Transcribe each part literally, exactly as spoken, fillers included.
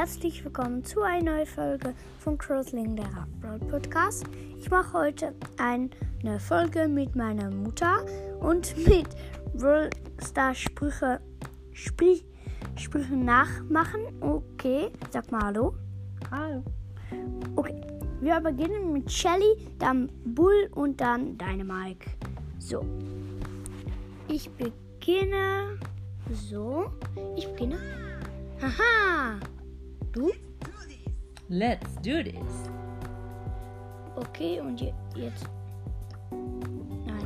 Herzlich willkommen zu einer neuen Folge von Crosling, der Brawl Podcast. Ich mache heute eine Folge mit meiner Mutter und mit Brawl Star Sprüche, Sprich, Sprüche nachmachen. Okay, sag mal Hallo. Hallo. Okay, wir beginnen mit Shelly, dann Bull und dann Dynamike. So, ich beginne. So, ich beginne. Haha. Du? Let's do this. Okay, und je, jetzt. Nein.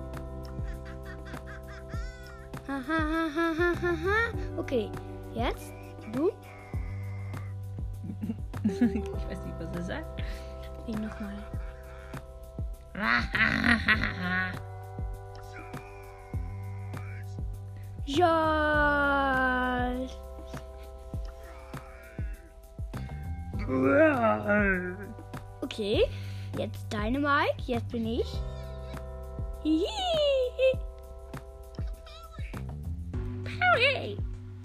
Haha, haha, haha, ha. Okay, jetzt. Du? Ich weiß nicht, was er sagt. Wie nochmal. Ja. Okay, jetzt Dynamike, jetzt bin ich. Hihi. Powie.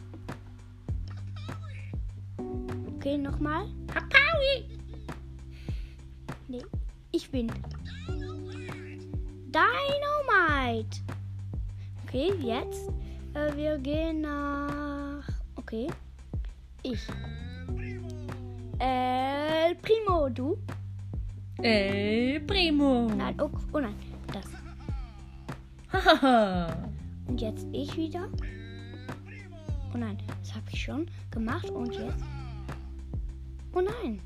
Okay, nochmal. Powie. Nee, ich bin Dynamite. Okay, jetzt. Äh, wir gehen nach. Okay. Ich. El Primo, du? El Primo. Nein, oh, oh nein, das. Hahaha. Und jetzt ich wieder. Oh nein, das habe ich schon gemacht. Und jetzt. Oh nein.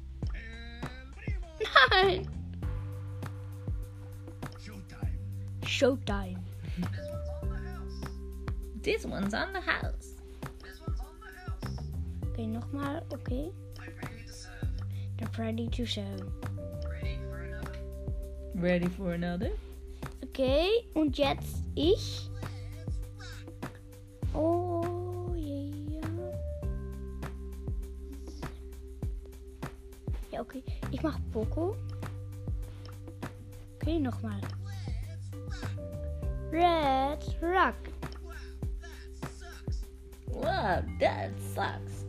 Nein. Showtime. This one's on the house. Okay, nochmal. Okay. Ready to show. Ready for another? Okay, und jetzt ich. Oh, yeah. Ja, okay. Ich mach Poco. Okay, nochmal. Red Rock. Wow, that sucks.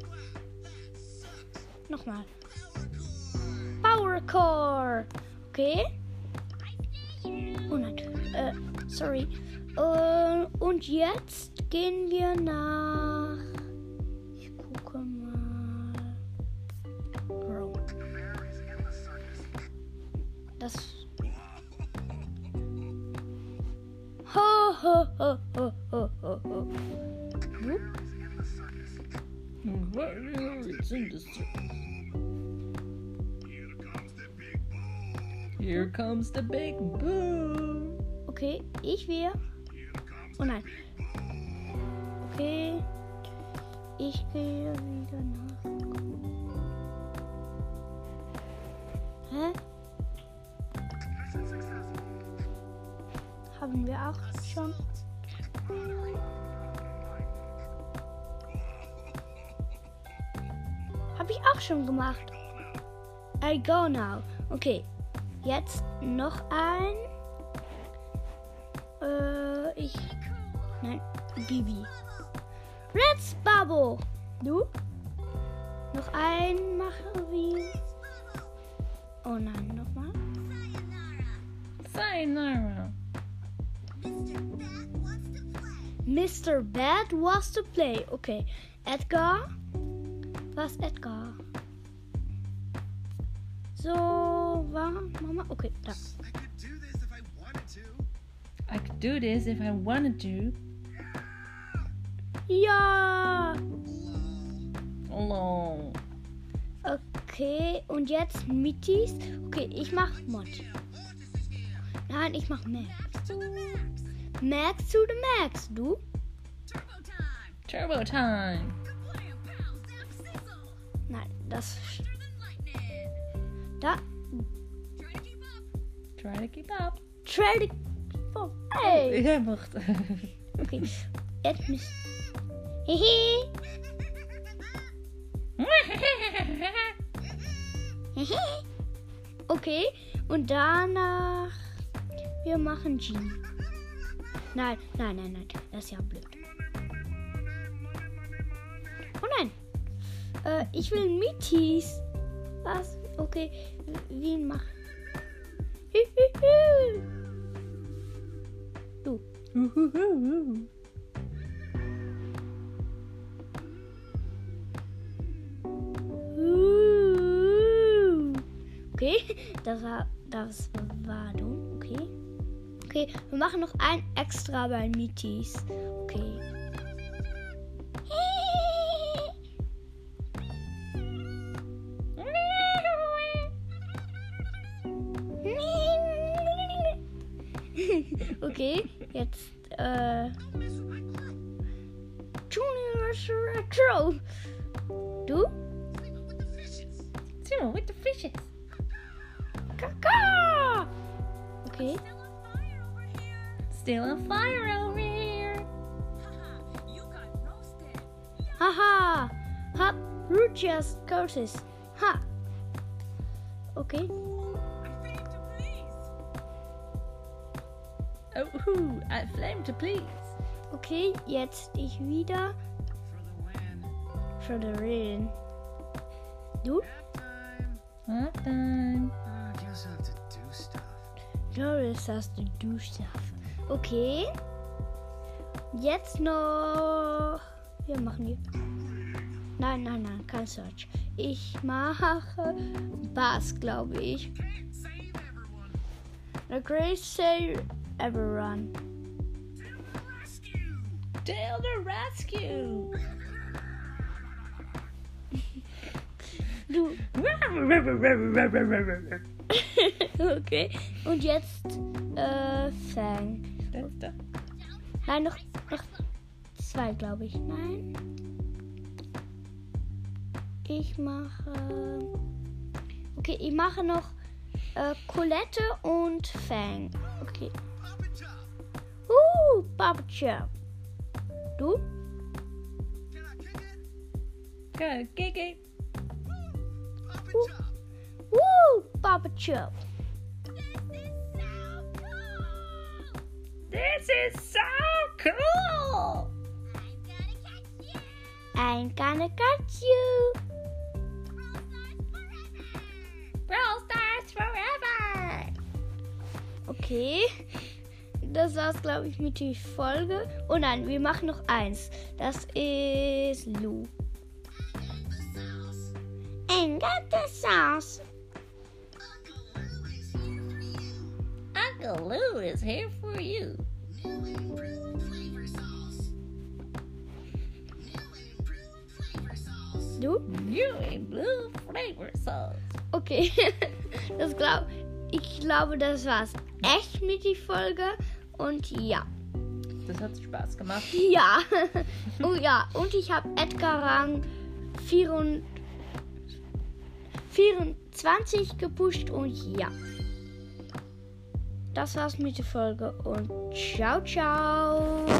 Nochmal. Power Core. Okay. Oh nein. Äh, sorry. Uh, und jetzt gehen wir nach. Ich gucke mal. Bro. Das. Ho, ho, ho, ho, ho, ho, ho. Du? It's in the Here comes the big boom. Okay, ich wir. Oh nein. Okay. Ich gehe wieder nach. Hä? Haben wir auch schon? Hab ich auch schon gemacht. I go now. Okay. Jetzt noch ein. Äh, ich. Nein, Bibi. Red's Bubble. Du? Noch ein machen wir. Oh nein, nochmal. Sayonara. Mister Bad wants to play. Okay. Edgar. Was Edgar? So, war Mama? Okay, da. I could do this if I wanted to. Ja. Hello. Okay, und jetzt Mittis. Okay, ich mach Mod. Nein, ich mach Max. Max to the Max, du? Turbo time. Nein, das. Da. Try to keep up. Try to. Oh, hey. Ja, macht. Okay, jetzt müssen. Hehe. Okay, und danach. Wir machen Genie. Nein, nein, nein, nein. Das ist ja blöd. Oh nein. Äh, ich will Mitties. Was? Okay. Wie mach? Du. Okay, das war, das war dumm. Okay. Okay, wir machen noch ein extra bei Mitties. Okay. Okay, jetzt äh Junior Retro. Du? Zero with the fishes. Kaka. Okay. Still a fire over here. Haha. Hab Rujas Curtis. Ha. Okay. Oh, hoo, I flame to please. Okay, jetzt ich wieder. For the win. Du? What time? I guess I have to do stuff. Du hast du do stuff. Okay. Jetzt noch. Wir machen hier. Nein, nein, nein, kein Search. Ich mache Bass, glaube ich. The great save everyone. Till the rescue! Du. Okay. Und jetzt äh, Fang. That's the Nein, noch, noch zwei, glaube ich. Nein. Ich mache. Okay, ich mache noch äh, Colette und Fang. Okay. Uh, Papa Chop. Du? Go, Gigi. Uh, Papa Chop. This is so cool! I'm gonna catch you. Brawl Stars forever! Okay. Das war's, glaube ich, mit der Folge. Oh nein, wir machen noch eins. Das ist Lou. And got the sauce. Uncle Lou is here for you. Du? New and blue flavor sauce. Okay. Das glaub, ich glaube, das war's echt mit der Folge. Und ja. Das hat Spaß gemacht. Ja. Oh ja. Und ich habe Edgar Rang vierundzwanzig gepusht. Und ja. Das war's mit der Folge. Und ciao, ciao.